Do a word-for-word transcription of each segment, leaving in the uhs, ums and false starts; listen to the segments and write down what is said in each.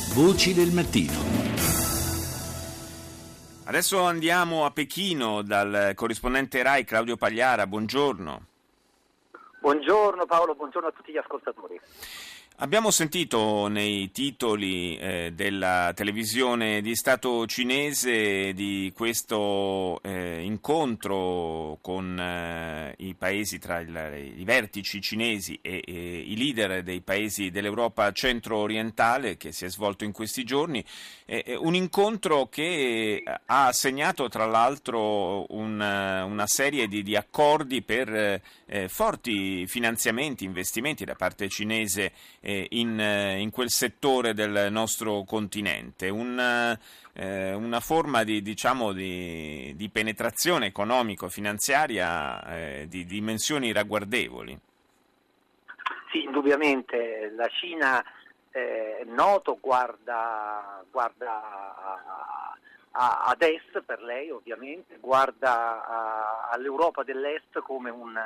Voci del mattino. Adesso andiamo a Pechino dal corrispondente Rai Claudio Pagliara. Buongiorno. Buongiorno Paolo, buongiorno a tutti gli ascoltatori. Abbiamo sentito nei titoli eh, della televisione di Stato cinese di questo eh, incontro con eh, i paesi tra il, i vertici cinesi e, e i leader dei paesi dell'Europa centro-orientale che si è svolto in questi giorni, eh, un incontro che ha assegnato tra l'altro un, una serie di, di accordi per eh, forti finanziamenti, investimenti da parte cinese In, in quel settore del nostro continente, un, eh, una forma di, diciamo, di, di penetrazione economico-finanziaria eh, di dimensioni ragguardevoli. Sì, indubbiamente la Cina è eh, noto, guarda, guarda a, a, ad est per lei ovviamente, guarda a, all'Europa dell'est come un,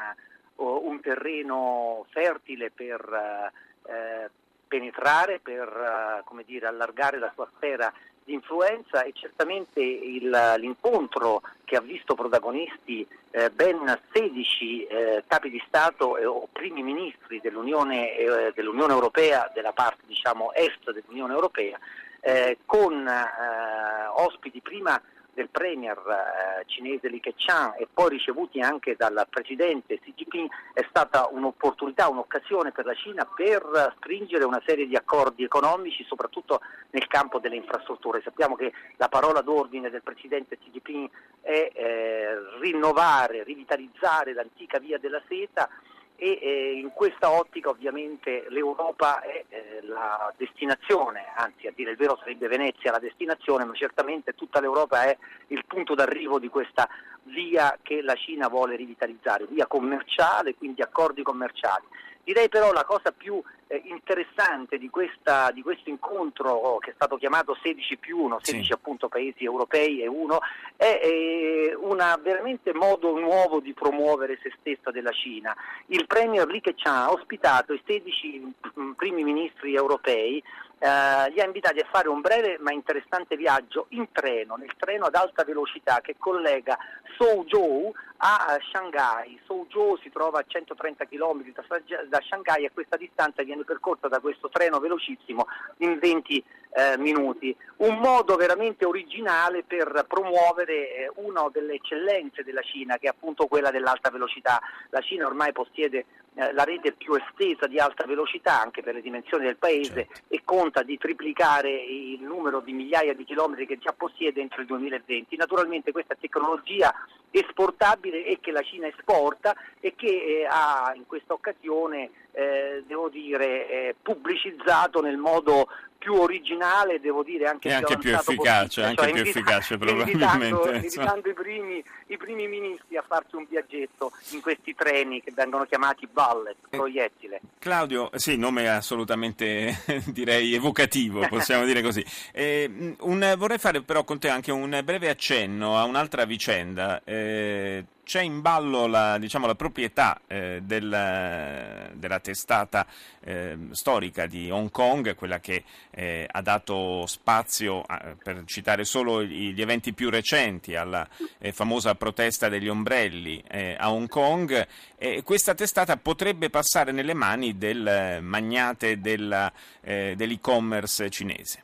un terreno fertile per Eh, penetrare, per eh, come dire, allargare la sua sfera di influenza, e certamente il, l'incontro che ha visto protagonisti eh, ben sedici eh, capi di Stato eh, o primi ministri dell'Unione, eh, dell'Unione Europea, della parte diciamo est dell'Unione Europea, eh, con eh, ospiti prima del premier eh, cinese Li Keqiang e poi ricevuti anche dal presidente Xi Jinping, è stata un'opportunità, un'occasione per la Cina per stringere una serie di accordi economici, soprattutto nel campo delle infrastrutture. Sappiamo che la parola d'ordine del presidente Xi Jinping è eh, rinnovare, rivitalizzare l'antica via della seta, e eh, in questa ottica ovviamente l'Europa è eh, la destinazione, anzi a dire il vero sarebbe Venezia la destinazione, ma certamente tutta l'Europa è il punto d'arrivo di questa via che la Cina vuole rivitalizzare, via commerciale, quindi accordi commerciali. Direi però la cosa più eh, interessante di, questa, di questo incontro, che è stato chiamato sedici più uno, sedici sì. appunto paesi europei e uno, è eh, una veramente modo nuovo di promuovere se stessa della Cina. Il premier Li Keqiang ha ospitato i sedici mh, primi ministri europei, Uh, li ha invitati a fare un breve ma interessante viaggio in treno, nel treno ad alta velocità che collega Suzhou a Shanghai. Suzhou si trova a centotrenta chilometri da, da Shanghai, e questa distanza viene percorsa da questo treno velocissimo in venti eh, minuti. Un modo veramente originale per promuovere eh, una delle eccellenze della Cina, che è appunto quella dell'alta velocità. La Cina ormai possiede eh, la rete più estesa di alta velocità anche per le dimensioni del paese, certo, e conta di triplicare il numero di migliaia di chilometri che già possiede entro il duemilaventi. Naturalmente questa tecnologia esportabile e che la Cina esporta e che eh, ha in questa occasione eh, devo dire eh, pubblicizzato nel modo più originale, devo dire anche, e più, anche più efficace, anche cioè, più invita- efficace probabilmente. Invitando, invitando i, primi, i primi ministri a farsi un viaggetto in questi treni che vengono chiamati bullet, proiettile. Claudio, sì, nome assolutamente direi evocativo, possiamo dire così. Eh, un, vorrei fare però con te anche un breve accenno a un'altra vicenda. Eh, C'è in ballo la, diciamo, la proprietà eh, del, della testata eh, storica di Hong Kong, quella che eh, ha dato spazio, a, per citare solo gli eventi più recenti, alla eh, famosa protesta degli ombrelli eh, a Hong Kong. E questa testata potrebbe passare nelle mani del magnate della, eh, dell'e-commerce cinese.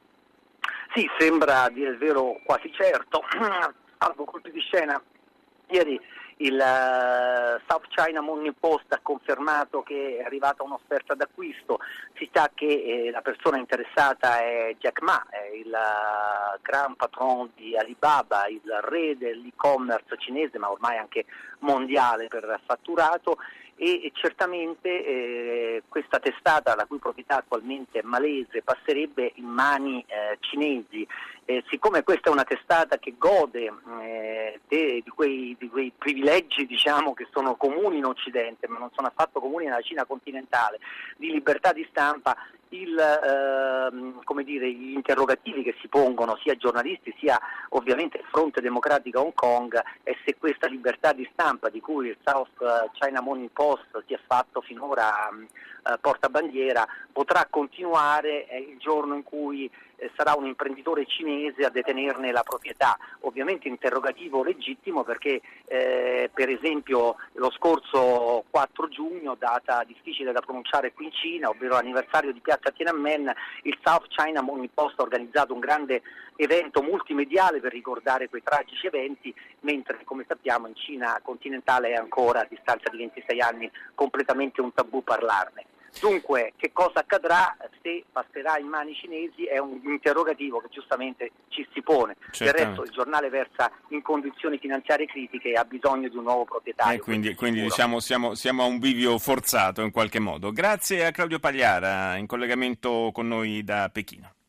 Sì, sembra, a dire il vero, quasi certo, salvo colpi di scena. Ieri il uh, South China Morning Post ha confermato che è arrivata un'offerta d'acquisto. Si sa che eh, la persona interessata è Jack Ma, è il uh, gran patron di Alibaba, il re dell'e-commerce cinese, ma ormai anche mondiale per fatturato, e, e certamente eh, questa testata, la cui proprietà attualmente è malese, passerebbe in mani eh, cinesi. Eh, siccome questa è una testata che gode eh, de, di, quei, di quei privilegi, diciamo, che sono comuni in Occidente ma non sono affatto comuni nella Cina continentale, di libertà di stampa, il, ehm, come dire, gli interrogativi che si pongono sia giornalisti sia ovviamente il Fronte Democratico a Hong Kong è se questa libertà di stampa di cui il South China Morning Post si è fatto finora eh, portabandiera potrà continuare eh, il giorno in cui eh, sarà un imprenditore cinese a detenerne la proprietà. Ovviamente interrogativo legittimo perché eh, per esempio lo scorso quattro giugno, data difficile da pronunciare qui in Cina, ovvero l'anniversario di piazza Tiananmen, il South China Morning Post ha organizzato un grande evento multimediale per ricordare quei tragici eventi, mentre come sappiamo in Cina continentale è ancora a distanza di ventisei anni completamente un tabù parlarne. Dunque, che cosa accadrà se passerà in mani cinesi è un interrogativo che giustamente ci si pone. Del resto il giornale versa in condizioni finanziarie critiche e ha bisogno di un nuovo proprietario. Eh, quindi quindi diciamo siamo, siamo a un bivio forzato in qualche modo. Grazie a Claudio Pagliara in collegamento con noi da Pechino.